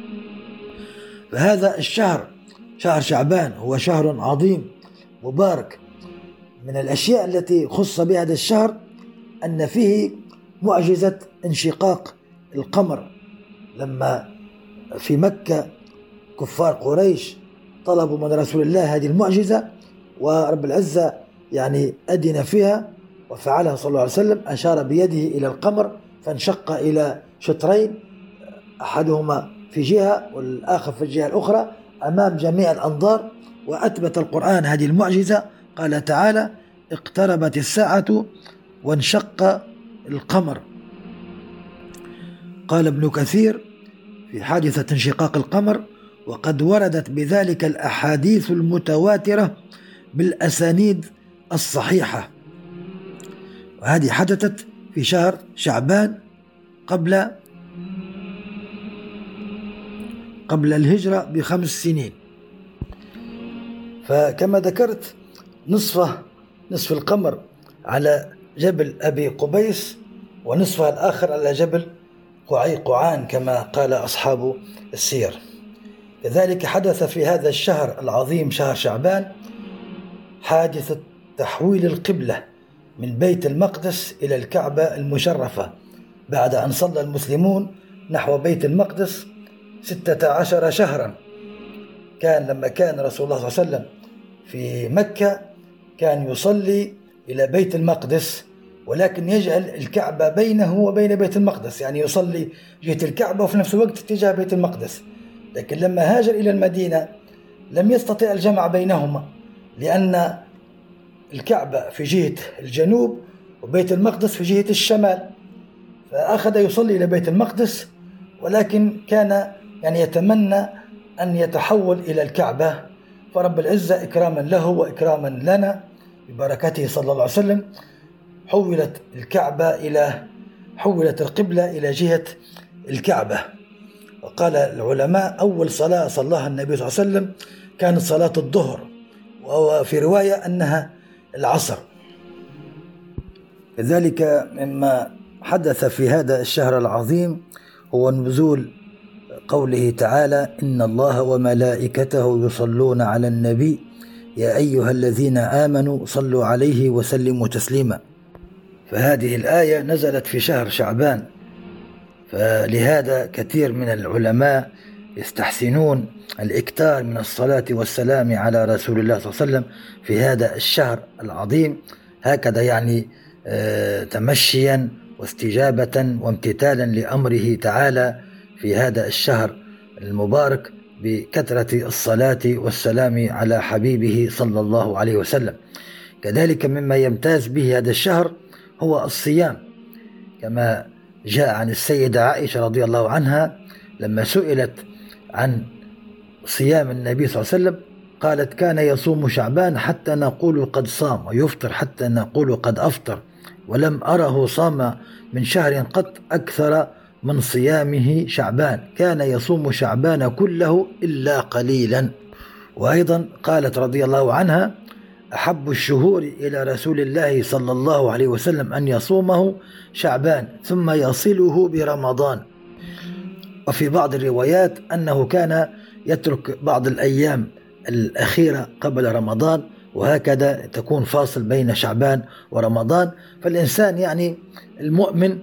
فهذا الشهر شهر شعبان هو شهر عظيم مبارك. من الأشياء التي خص بها هذا الشهر أن فيه معجزة انشقاق القمر. لما في مكة كفار قريش طلبوا من رسول الله هذه المعجزة، ورب العزة يعني أذن فيها وفعلها صلى الله عليه وسلم، أشار بيده إلى القمر فانشق إلى شطرين، أحدهما في جهة والآخر في الجهة الأخرى أمام جميع الأنظار. وأثبت القرآن هذه المعجزة، قال تعالى اقتربت الساعة وانشق القمر. قال ابن كثير في حادثة انشقاق القمر، وقد وردت بذلك الأحاديث المتواترة بالأسانيد الصحيحة، وهذه حدثت في شهر شعبان قبل قبل الهجرة بخمس سنين. فكما ذكرت نصفه نصف القمر على جبل أبي قبيس، ونصفها الآخر على جبل قعيقعان كما قال أصحاب السير. كذلك حدث في هذا الشهر العظيم شهر شعبان حادثة تحويل القبلة من بيت المقدس إلى الكعبة المشرفة، بعد أن صلى المسلمون نحو بيت المقدس ستة عشر شهرا. كان لما كان رسول الله صلى الله عليه وسلم في مكة كان يصلي إلى بيت المقدس، ولكن يجعل الكعبة بينه وبين بيت المقدس، يعني يصلي جهة الكعبة وفي نفس الوقت اتجاه بيت المقدس. لكن لما هاجر إلى المدينة لم يستطيع الجمع بينهما، لأن الكعبة في جهة الجنوب وبيت المقدس في جهة الشمال، فأخذ يصلي إلى بيت المقدس، ولكن كان يعني يتمنى أن يتحول إلى الكعبة، فرب العزة إكراما له وإكراما لنا ببركته صلى الله عليه وسلم حولت الكعبة إلى حولت القبلة إلى جهة الكعبة. وقال العلماء أول صلاة صلاها النبي صلى الله عليه وسلم كانت صلاة الظهر، وفي رواية أنها العصر. كذلك مما حدث في هذا الشهر العظيم هو نزول قوله تعالى: إن الله وملائكته يصلون على النبي يا أيها الذين آمنوا صلوا عليه وسلموا تسليما. فهذه الآية نزلت في شهر شعبان، فلهذا كثير من العلماء يستحسنون الإكثار من الصلاة والسلام على رسول الله صلى الله عليه وسلم في هذا الشهر العظيم، هكذا يعني تمشيا واستجابة وامتثالا لأمره تعالى في هذا الشهر المبارك بكثرة الصلاة والسلام على حبيبه صلى الله عليه وسلم. كذلك مما يمتاز به هذا الشهر هو الصيام، كما جاء عن السيدة عائشة رضي الله عنها لما سئلت عن صيام النبي صلى الله عليه وسلم قالت: كان يصوم شعبان حتى نقول قد صام، ويفطر حتى نقول قد أفطر، ولم أره صام من شهر قط أكثر من صيامه شعبان، كان يصوم شعبان كله إلا قليلا. وأيضا قالت رضي الله عنها: أحب الشهور إلى رسول الله صلى الله عليه وسلم أن يصومه شعبان ثم يصله برمضان. وفي بعض الروايات أنه كان يترك بعض الأيام الأخيرة قبل رمضان، وهكذا تكون فاصل بين شعبان ورمضان. فالإنسان يعني المؤمن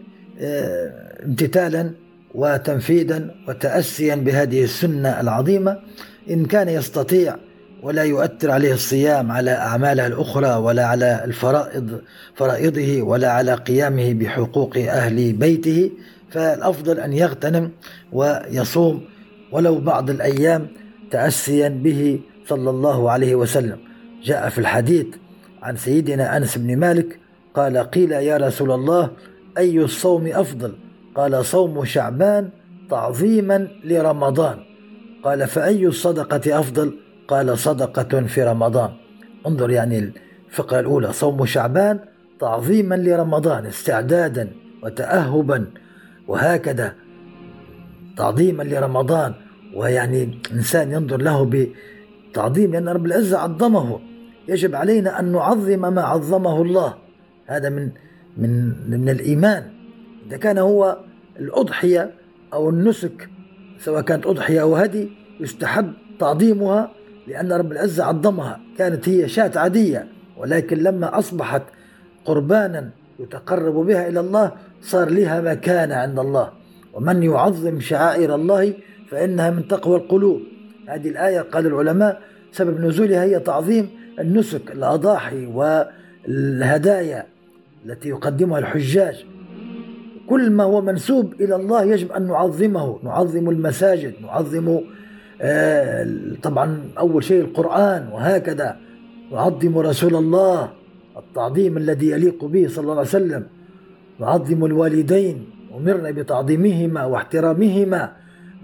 امتثالا وتنفيذا وتأسيا بهذه السنة العظيمة إن كان يستطيع ولا يؤثر عليه الصيام على أعماله الأخرى ولا على الفرائض فرائضه ولا على قيامه بحقوق أهل بيته، فالأفضل أن يغتنم ويصوم ولو بعض الأيام تأسيا به صلى الله عليه وسلم. جاء في الحديث عن سيدنا أنس بن مالك قال: قيل يا رسول الله أي الصوم أفضل؟ قال: صوم شعبان تعظيما لرمضان. قال: فأي الصدقة أفضل؟ قال: صدقة في رمضان. انظر يعني الفقرة الأولى: صوم شعبان تعظيما لرمضان، استعدادا وتأهبا، وهكذا تعظيما لرمضان، ويعني إنسان ينظر له بتعظيم لأن رب العزة عظمه. يجب علينا أن نعظم ما عظمه الله، هذا من من من الإيمان. إذا كان هو الأضحية أو النسك سواء كانت أضحية أو هدي يستحب تعظيمها لأن رب العزة عظمها. كانت هي شاة عادية، ولكن لما أصبحت قربانا يتقرب بها إلى الله صار لها مكانة عند الله. ومن يعظم شعائر الله فإنها من تقوى القلوب. هذه الآية قال العلماء سبب نزولها هي تعظيم النسك، الأضاحي والهدايا التي يقدمها الحجاج. كل ما هو منسوب إلى الله يجب أن نعظمه، نعظم المساجد، نعظم آه طبعا أول شيء القرآن، وهكذا نعظم رسول الله التعظيم الذي يليق به صلى الله عليه وسلم، نعظم الوالدين، أمرنا بتعظيمهما واحترامهما،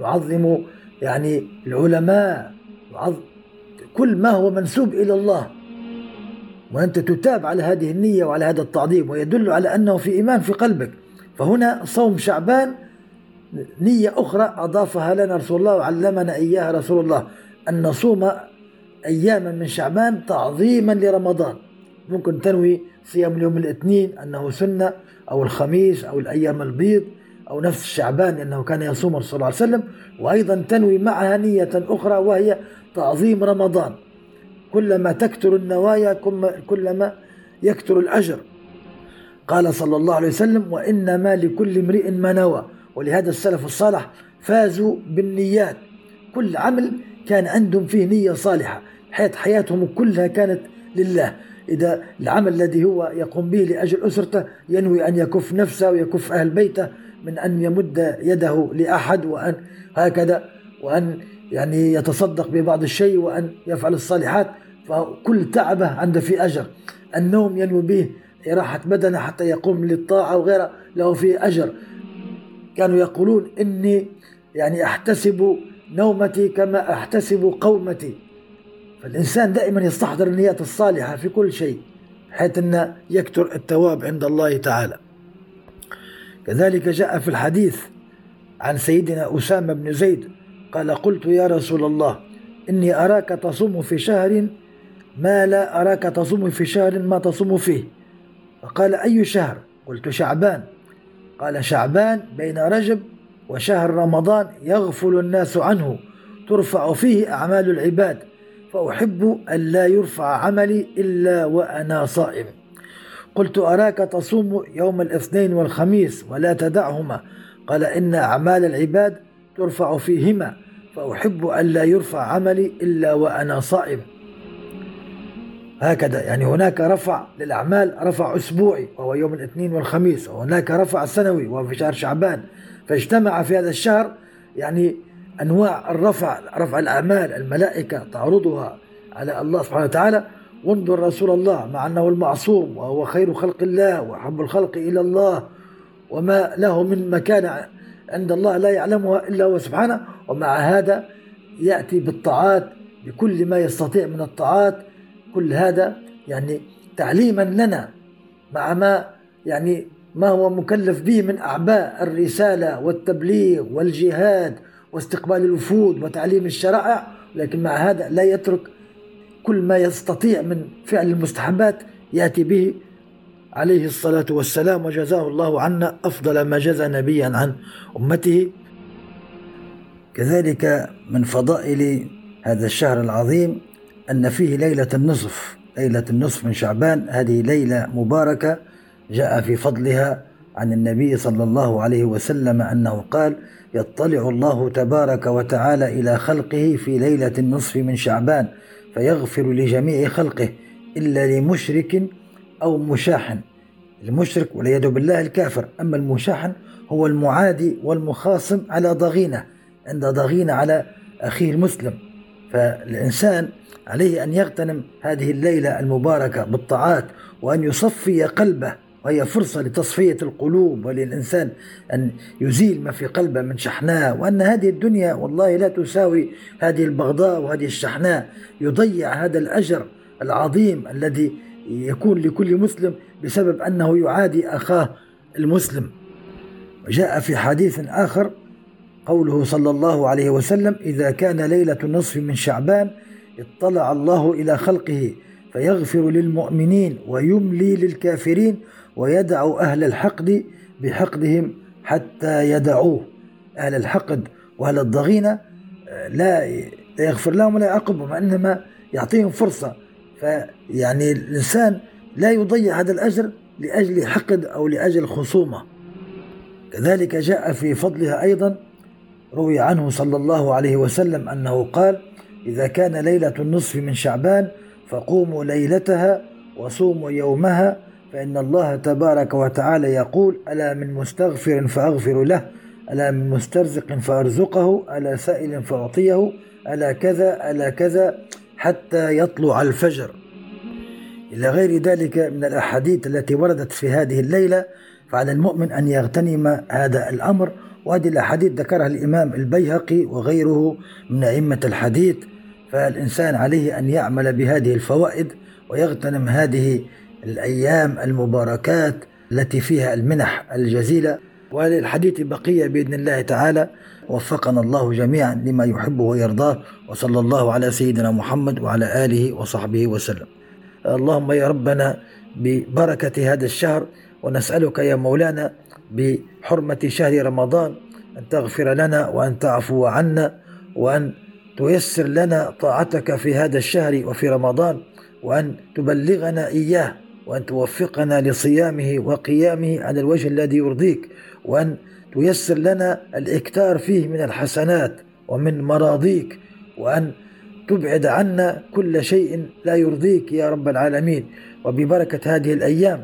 نعظم يعني العلماء، نعظم كل ما هو منسوب إلى الله، وأنت تتاب على هذه النية وعلى هذا التعظيم، ويدل على أنه في إيمان في قلبك. فهنا صوم شعبان نية أخرى أضافها لنا رسول الله وعلمنا إياها رسول الله، أن نصوم أياما من شعبان تعظيما لرمضان. ممكن تنوي صيام اليوم الاثنين أنه سنة، أو الخميس، أو الأيام البيض، أو نفس شعبان لأنه كان يصوم رسول الله صلى الله عليه وسلم، وأيضا تنوي معها نية أخرى وهي تعظيم رمضان. كلما تكثر النوايا كلما يكثر الأجر. قال صلى الله عليه وسلم: وإنما لكل امرئ ما نوى. ولهذا السلف الصالح فازوا بالنيات، كل عمل كان عندهم فيه نية صالحة، حياة حياتهم كلها كانت لله. إذا العمل الذي هو يقوم به لأجل أسرته ينوي أن يكف نفسه ويكف أهل بيته من أن يمد يده لأحد، وأن هكذا، وأن يعني يتصدق ببعض الشيء، وأن يفعل الصالحات، فكل تعبه عنده في أجر. النوم ينوي به إراحة بدنه حتى يقوم للطاعة وغيره، له فيه أجر. كانوا يقولون: إني يعني أحتسب نومتي كما أحتسب قومتي. فالإنسان دائما يستحضر النيات الصالحة في كل شيء، حيث أن يكثر الثواب عند الله تعالى. كذلك جاء في الحديث عن سيدنا أسامة بن زيد قال: قلت يا رسول الله إني أراك تصوم في شهر ما لا أراك تصوم في شهر ما تصوم فيه. فقال: أي شهر؟ قلت: شعبان. قال: شعبان بين رجب وشهر رمضان يغفل الناس عنه، ترفع فيه أعمال العباد، فأحب أن لا يرفع عملي إلا وأنا صائم. قلت: أراك تصوم يوم الاثنين والخميس ولا تدعهما. قال: إن أعمال العباد ترفع فيهما، فأحب أن لا يرفع عملي إلا وأنا صائم. هكذا يعني هناك رفع للأعمال، رفع أسبوعي وهو يوم الاثنين والخميس، وهناك رفع سنوي وهو في شهر شعبان. فاجتمع في هذا الشهر يعني أنواع الرفع، رفع الأعمال، الملائكة تعرضها على الله سبحانه وتعالى. وانظر رسول الله مع أنه المعصوم وهو خير خلق الله وأحب الخلق إلى الله، وما له من مكانة عند الله لا يعلمها إلا هو سبحانه، ومع هذا يأتي بالطاعات بكل ما يستطيع من الطاعات. كل هذا يعني تعليما لنا مع ما يعني ما هو مكلف به من أعباء الرسالة والتبليغ والجهاد واستقبال الوفود وتعليم الشرائع، لكن مع هذا لا يترك كل ما يستطيع من فعل المستحبات يأتي به عليه الصلاة والسلام، وجزاه الله عنا أفضل ما جزى نبيا عن أمته. كذلك من فضائل هذا الشهر العظيم أن فيه ليلة النصف، ليلة النصف من شعبان. هذه ليلة مباركة جاء في فضلها عن النبي صلى الله عليه وسلم أنه قال: يطلع الله تبارك وتعالى إلى خلقه في ليلة النصف من شعبان فيغفر لجميع خلقه إلا لمشرك أو مشاحن. المشرك والعياذ بالله الكافر، أما المشاحن هو المعادي والمخاصم على ضغينة، عند ضغينة على أخيه المسلم. فالإنسان عليه أن يغتنم هذه الليلة المباركة بالطاعات، وأن يصفي قلبه، وهي فرصة لتصفية القلوب وللإنسان أن يزيل ما في قلبه من شحناء، وأن هذه الدنيا والله لا تساوي هذه البغضاء وهذه الشحناء. يضيع هذا الأجر العظيم الذي يكون لكل مسلم بسبب أنه يعادي أخاه المسلم. وجاء في حديث آخر قوله صلى الله عليه وسلم: إذا كان ليلة النصف من شعبان اطلع الله إلى خلقه فيغفر للمؤمنين ويملي للكافرين ويدع أهل الحقد بحقدهم حتى يدعوه. أهل الحقد وأهل الضغينة لا يغفر لهم ولا يعاقبهم، إنما يعطيهم فرصة. فيعني الإنسان لا يضيع هذا الأجر لأجل حقد أو لأجل خصومة. كذلك جاء في فضلها أيضا روي عنه صلى الله عليه وسلم أنه قال: إذا كان ليلة النصف من شعبان فقوموا ليلتها وصوموا يومها، فإن الله تبارك وتعالى يقول: ألا من مستغفر فأغفر له، ألا من مسترزق فأرزقه، ألا سائل فأعطيه، ألا كذا ألا كذا حتى يطلع الفجر، إلى غير ذلك من الأحاديث التي وردت في هذه الليلة. فعلى المؤمن أن يغتنم هذا الأمر، وهذه الأحاديث ذكرها الإمام البيهقي وغيره من أئمة الحديث. فالإنسان عليه أن يعمل بهذه الفوائد ويغتنم هذه الأيام المباركات التي فيها المنح الجزيلة. وللحديث بقية بإذن الله تعالى. وفقنا الله جميعا لما يحبه ويرضاه، وصلى الله على سيدنا محمد وعلى آله وصحبه وسلم. اللهم يا ربنا ببركة هذا الشهر، ونسألك يا مولانا بحرمة شهر رمضان أن تغفر لنا وأن تعفو عنا، وأن تيسر لنا طاعتك في هذا الشهر وفي رمضان، وأن تبلغنا إياه، وأن توفقنا لصيامه وقيامه على الوجه الذي يرضيك، وأن تيسر لنا الإكثار فيه من الحسنات ومن مراضيك، وأن تبعد عنا كل شيء لا يرضيك يا رب العالمين. وببركة هذه الأيام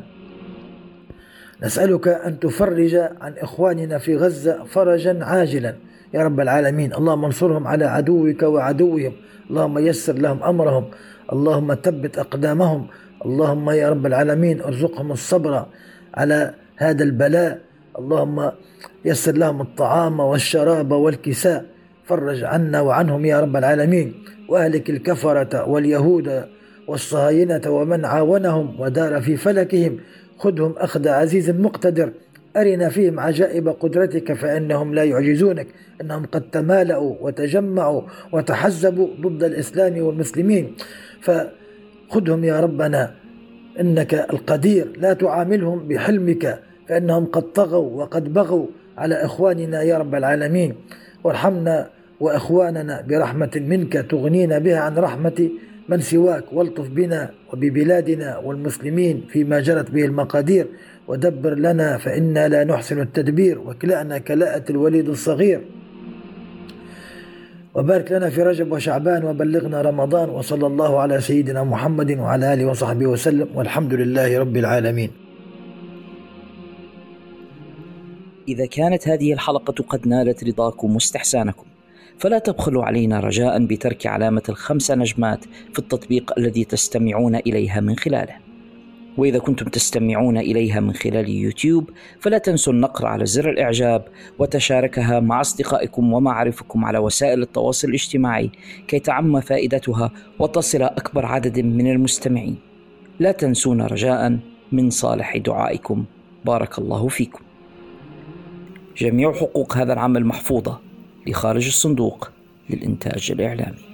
نسألك أن تفرج عن إخواننا في غزة فرجا عاجلا يا رب العالمين. اللهم انصرهم على عدوك وعدوهم، اللهم يسر لهم أمرهم، اللهم ثبت أقدامهم، اللهم يا رب العالمين ارزقهم الصبر على هذا البلاء، اللهم يسر لهم الطعام والشراب والكساء، فرج عنا وعنهم يا رب العالمين. وأهلك الكفرة واليهود والصهاينة ومن عاونهم ودار في فلكهم، خذهم أخذ عزيز مقتدر، أرنا فيهم عجائب قدرتك فإنهم لا يعجزونك، إنهم قد تمالأوا وتجمعوا وتحزبوا ضد الإسلام والمسلمين، فخذهم يا ربنا إنك القدير، لا تعاملهم بحلمك فإنهم قد طغوا وقد بغوا على إخواننا يا رب العالمين. وارحمنا وإخواننا برحمة منك تغنينا بها عن رحمة من سواك، والطف بنا وببلادنا والمسلمين فيما جرت به المقادير، ودبر لنا فإنا لا نحسن التدبير، وكلأنا كلاءة الوليد الصغير. وبارك لنا في رجب وشعبان وبلغنا رمضان، وصلى الله على سيدنا محمد وعلى آله وصحبه وسلم، والحمد لله رب العالمين. إذا كانت هذه الحلقة قد نالت رضاكم واستحسانكم، فلا تبخلوا علينا رجاء بترك علامة الخمس نجمات في التطبيق الذي تستمعون إليها من خلاله. وإذا كنتم تستمعون إليها من خلال يوتيوب، فلا تنسوا النقر على زر الإعجاب وتشاركها مع أصدقائكم ومعارفكم على وسائل التواصل الاجتماعي كي تعم فائدتها وتصل أكبر عدد من المستمعين. لا تنسونا رجاء من صالح دعائكم. بارك الله فيكم. جميع حقوق هذا العمل محفوظة لخارج الصندوق للإنتاج الإعلامي.